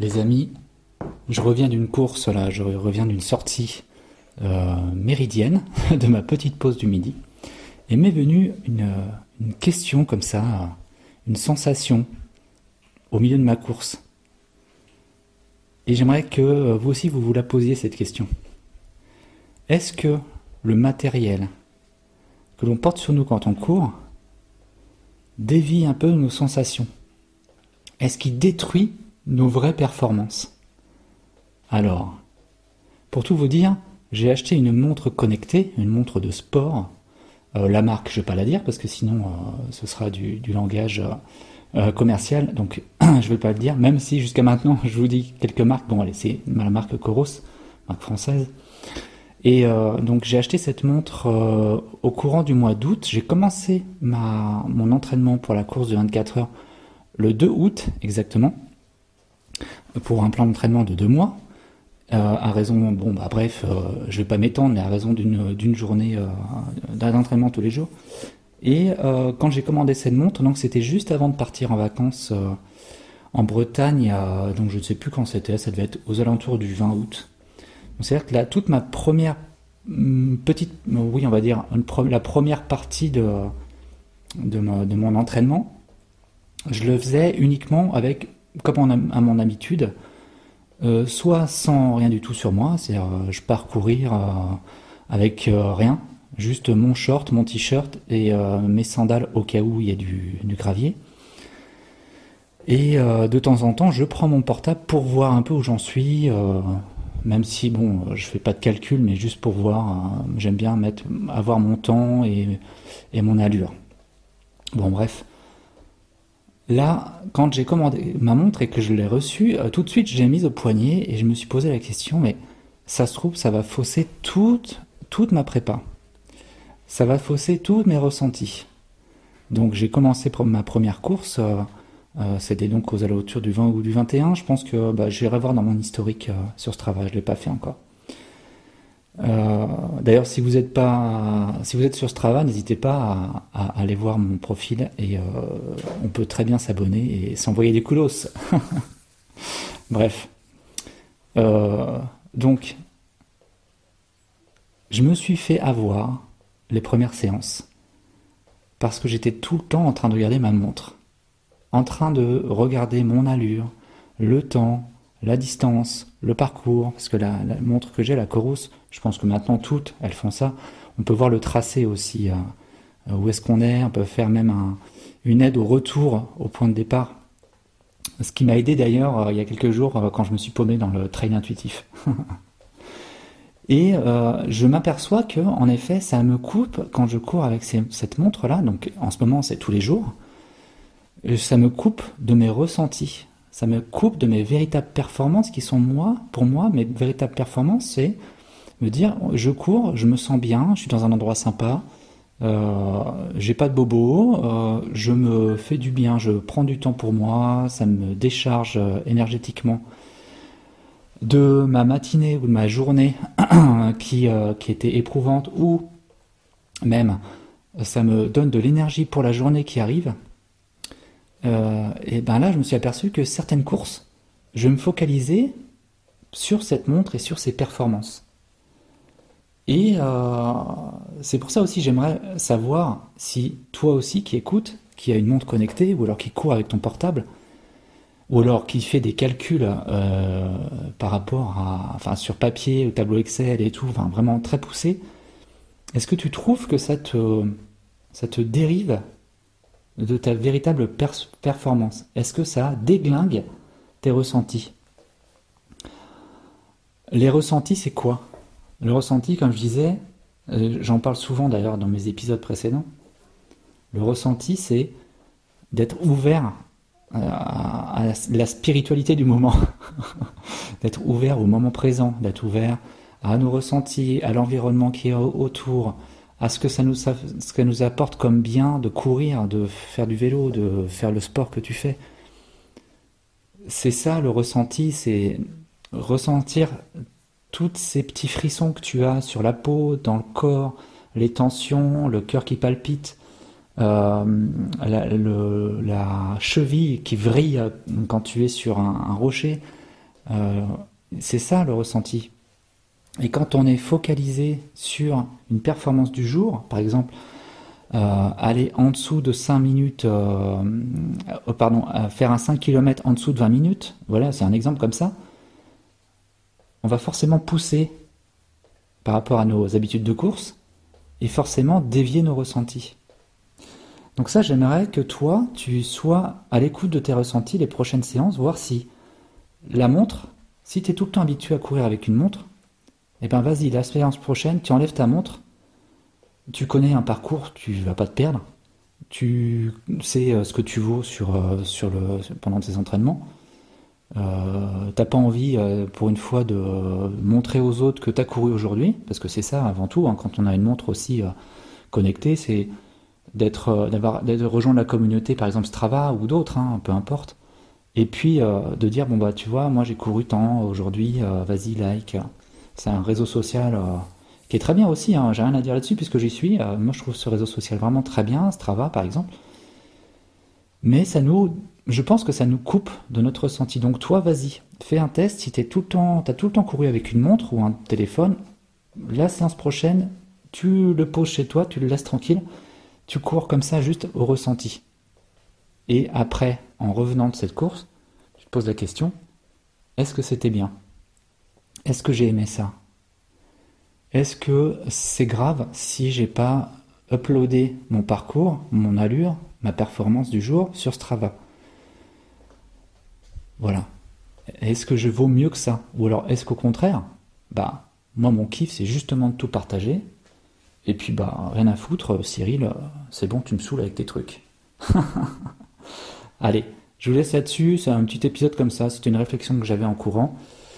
Les amis, je reviens d'une course là, je reviens d'une sortie méridienne de ma petite pause du midi, et m'est venue une question comme ça, une sensation au milieu de ma course. Et j'aimerais que vous aussi vous la posiez cette question. Est-ce que le matériel que l'on porte sur nous quand on court dévie un peu nos sensations? Est-ce qu'il détruit nos vraies performances? Alors, pour tout vous dire, j'ai acheté une montre connectée, une montre de sport. La marque, je ne vais pas la dire parce que sinon ce sera du langage commercial, donc je ne vais pas le dire, même si jusqu'à maintenant je vous dis quelques marques. Bon allez, c'est la marque Coros, marque française. Et donc j'ai acheté cette montre au courant du mois d'août. J'ai commencé mon entraînement pour la course de 24 heures le 2 août exactement, pour un plan d'entraînement de 2 mois. À raison, je vais pas m'étendre, mais à raison d'une journée d'entraînement tous les jours. Et quand j'ai commandé cette montre, donc c'était juste avant de partir en vacances en Bretagne, donc je ne sais plus quand c'était, ça devait être aux alentours du 20 août. Donc c'est-à-dire que là, toute ma première on va dire, la première partie de mon entraînement, je le faisais uniquement avec, comme à mon habitude, soit sans rien du tout sur moi, c'est-à-dire je pars courir avec rien, juste mon short, mon t-shirt et mes sandales au cas où il y a du gravier. Et de temps en temps, je prends mon portable pour voir un peu où j'en suis, même si bon, je fais pas de calcul, mais juste pour voir. J'aime bien avoir mon temps et mon allure. Bon bref. Là, quand j'ai commandé ma montre et que je l'ai reçue, tout de suite je l'ai mise au poignet et je me suis posé la question, mais ça se trouve, ça va fausser toute ma prépa. Ça va fausser tous mes ressentis. Donc j'ai commencé ma première course, c'était donc aux alentours du 20 ou du 21, je pense que j'irai voir dans mon historique sur ce travail, je ne l'ai pas fait encore. D'ailleurs, si vous êtes sur Strava, n'hésitez pas à aller voir mon profil et on peut très bien s'abonner et s'envoyer des coulos. Bref. Donc, je me suis fait avoir les premières séances parce que j'étais tout le temps en train de regarder ma montre, en train de regarder mon allure, le temps, la distance, le parcours, parce que la montre que j'ai, la Coros, je pense que maintenant toutes, elles font ça. On peut voir le tracé aussi, où est-ce qu'on est, on peut faire même une aide au retour au point de départ. Ce qui m'a aidé d'ailleurs il y a quelques jours quand je me suis paumé dans le trail intuitif. Et je m'aperçois que, en effet, ça me coupe quand je cours avec cette montre-là, donc en ce moment c'est tous les jours, ça me coupe de mes ressentis. Ça me coupe de mes véritables performances qui sont pour moi, mes véritables performances, c'est me dire, je cours, je me sens bien, je suis dans un endroit sympa, j'ai pas de bobo, je me fais du bien, je prends du temps pour moi, ça me décharge énergétiquement de ma matinée ou de ma journée qui était éprouvante, ou même ça me donne de l'énergie pour la journée qui arrive. Et ben là, je me suis aperçu que certaines courses, je me focalisais sur cette montre et sur ses performances. Et c'est pour ça aussi, j'aimerais savoir si toi aussi qui écoutes, qui a une montre connectée, ou alors qui court avec ton portable, ou alors qui fait des calculs par rapport sur papier, au tableau Excel et tout, vraiment très poussé, est-ce que tu trouves que ça te dérive de ta véritable performance? Est-ce que ça déglingue tes ressentis? Les ressentis, c'est quoi? Le ressenti, comme je disais, j'en parle souvent d'ailleurs dans mes épisodes précédents, le ressenti, c'est d'être ouvert à la spiritualité du moment, d'être ouvert au moment présent, d'être ouvert à nos ressentis, à l'environnement qui est autour, à ce que ça nous apporte comme bien de courir, de faire du vélo, de faire le sport que tu fais. C'est ça le ressenti, c'est ressentir tous ces petits frissons que tu as sur la peau, dans le corps, les tensions, le cœur qui palpite, la cheville qui vrille quand tu es sur un rocher, Euh, c'est ça le ressenti. Et quand on est focalisé sur une performance du jour, par exemple, aller en dessous de 5 minutes, faire un 5 km en dessous de 20 minutes, voilà, c'est un exemple comme ça, on va forcément pousser par rapport à nos habitudes de course et forcément dévier nos ressentis. Donc ça, j'aimerais que toi, tu sois à l'écoute de tes ressentis les prochaines séances, voir si la montre, si tu es tout le temps habitué à courir avec une montre, eh ben vas-y, la séance prochaine, tu enlèves ta montre, tu connais un parcours, tu vas pas te perdre, tu sais ce que tu vaux pendant tes entraînements. T'as pas envie pour une fois de montrer aux autres que t'as couru aujourd'hui, parce que c'est ça avant tout, hein, quand on a une montre aussi connectée, c'est de rejoindre la communauté, par exemple Strava ou d'autres, hein, peu importe, et puis de dire bon bah tu vois, moi j'ai couru tant aujourd'hui, vas-y like. C'est un réseau social qui est très bien aussi, hein, j'ai rien à dire là-dessus puisque j'y suis. Moi je trouve ce réseau social vraiment très bien, Strava par exemple. Mais je pense que ça nous coupe de notre ressenti. Donc toi, vas-y, fais un test. Si t'as tout le temps couru avec une montre ou un téléphone, la séance prochaine, tu le poses chez toi, tu le laisses tranquille, tu cours comme ça juste au ressenti. Et après, en revenant de cette course, tu te poses la question, est-ce que c'était bien? Est-ce que j'ai aimé ça? Est-ce que c'est grave si j'ai pas uploadé mon parcours, mon allure, ma performance du jour sur Strava? Voilà. Est-ce que je vaux mieux que ça? Ou alors est-ce qu'au contraire, bah moi mon kiff c'est justement de tout partager. Et puis bah rien à foutre, Cyril, c'est bon, tu me saoules avec tes trucs. Allez, je vous laisse là-dessus, c'est un petit épisode comme ça, c'était une réflexion que j'avais en courant.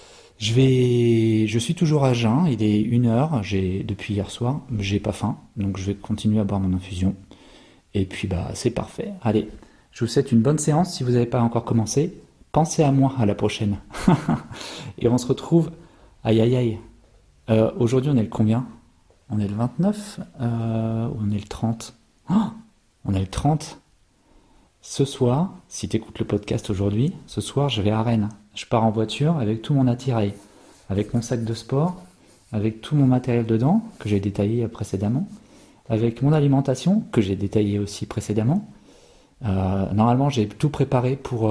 Je suis toujours à jeun, il est 1h, depuis hier soir, j'ai pas faim, donc je vais continuer à boire mon infusion. Et puis bah c'est parfait. Allez, je vous souhaite une bonne séance si vous n'avez pas encore commencé. Pensez à moi à la prochaine. Et on se retrouve. Aïe aïe aïe. Aujourd'hui on est le combien? On est le 29 ou on est le 30? Oh, on est le 30. Ce soir, si tu écoutes le podcast aujourd'hui, ce soir je vais à Rennes. Je pars en voiture avec tout mon attirail, avec mon sac de sport, avec tout mon matériel dedans, que j'ai détaillé précédemment, avec mon alimentation, que j'ai détaillé aussi précédemment. Normalement, j'ai tout préparé pour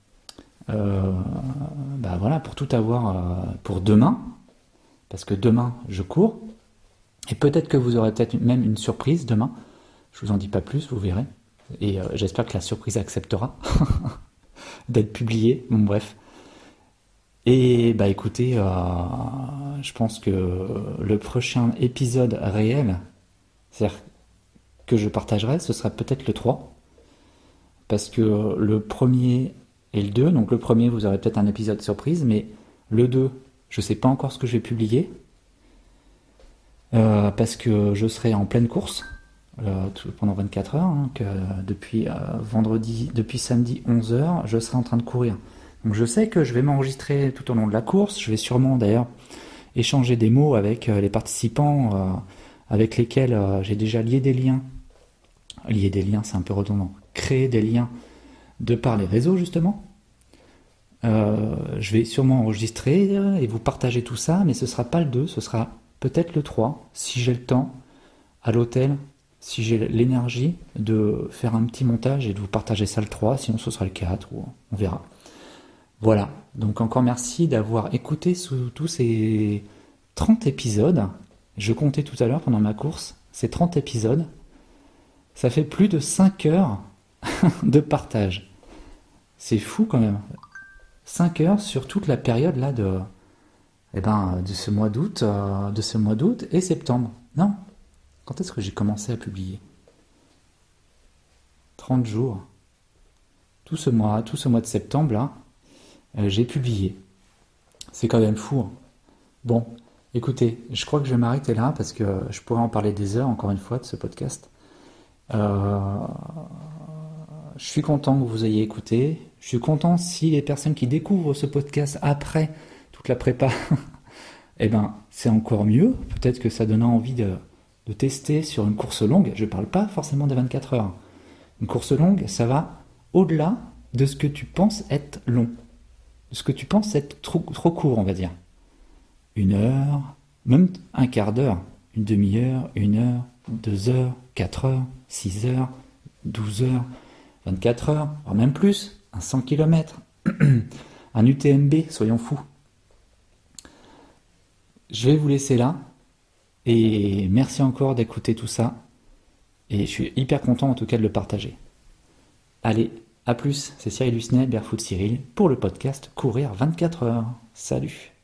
pour tout avoir pour demain, parce que demain, je cours. Et peut-être que vous aurez peut-être même une surprise demain. Je vous en dis pas plus, vous verrez. Et j'espère que la surprise acceptera d'être publiée. Bon, bref. Et bah écoutez, je pense que le prochain épisode réel, c'est-à-dire que je partagerai, ce sera peut-être le 3. Parce que le premier et le 2, donc le premier vous aurez peut-être un épisode surprise, mais le 2, je sais pas encore ce que je vais publier. Parce que je serai en pleine course pendant 24 heures, hein, depuis samedi 11h, je serai en train de courir. Donc je sais que je vais m'enregistrer tout au long de la course, je vais sûrement d'ailleurs échanger des mots avec les participants avec lesquels j'ai déjà lié des liens. Lier des liens, c'est un peu redondant. Créer des liens de par les réseaux justement. Je vais sûrement enregistrer et vous partager tout ça, mais ce sera pas le 2, ce sera peut-être le 3, si j'ai le temps, à l'hôtel, si j'ai l'énergie de faire un petit montage et de vous partager ça le 3, sinon ce sera le 4, ou on verra. Voilà, donc encore merci d'avoir écouté tous ces 30 épisodes. Je comptais tout à l'heure pendant ma course, ces 30 épisodes, ça fait plus de 5 heures de partage. C'est fou quand même. 5 heures sur toute la période là de ce mois d'août, et septembre. Non. Quand est-ce que j'ai commencé à publier? 30 jours. Tout ce mois de septembre là, j'ai publié. C'est quand même fou. Hein. Bon, écoutez, je crois que je vais m'arrêter là parce que je pourrais en parler des heures encore une fois de ce podcast. Je suis content que vous ayez écouté. Je suis content si les personnes qui découvrent ce podcast après toute la prépa, c'est encore mieux. Peut-être que ça donnera envie de tester sur une course longue. Je ne parle pas forcément des 24 heures. Une course longue, ça va au-delà de ce que tu penses être long. ce que tu penses être trop court, on va dire. 1 heure, même un quart d'heure, une demi-heure, 1 heure, 2 heures, 4 heures, 6 heures, 12 heures, 24 heures, voire même plus, un 100 km, un UTMB, soyons fous. Je vais vous laisser là, et merci encore d'écouter tout ça, et je suis hyper content en tout cas de le partager. Allez, à plus, c'est Cyril Husnet, Barefoot Cyril, pour le podcast Courir 24 heures. Salut!